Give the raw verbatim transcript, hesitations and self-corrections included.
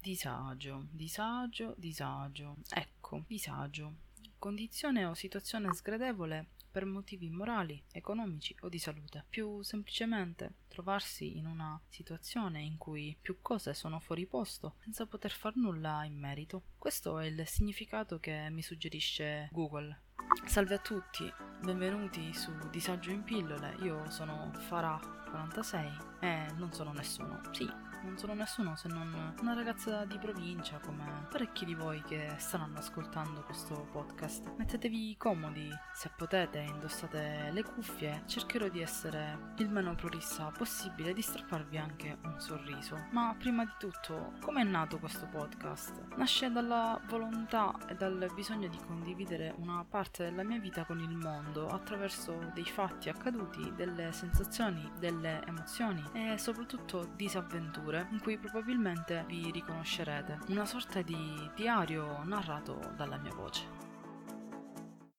Disagio, disagio, disagio. Ecco, disagio. Condizione o situazione sgradevole per motivi morali, economici o di salute. Più semplicemente trovarsi in una situazione in cui più cose sono fuori posto senza poter far nulla in merito. Questo è il significato che mi suggerisce Google. Salve a tutti, benvenuti su Disagio in pillole. Io sono Farah quarantasei e non sono nessuno. Sì, non sono nessuno se non una ragazza di provincia come parecchi di voi che staranno ascoltando questo podcast. Mettetevi comodi, se potete indossate le cuffie, cercherò di essere il meno prolissa possibile e di strapparvi anche un sorriso. Ma prima di tutto, come è nato questo podcast? Nasce dalla volontà e dal bisogno di condividere una parte della mia vita con il mondo attraverso dei fatti accaduti, delle sensazioni, delle emozioni e soprattutto disavventure in cui probabilmente vi riconoscerete, una sorta di diario narrato dalla mia voce.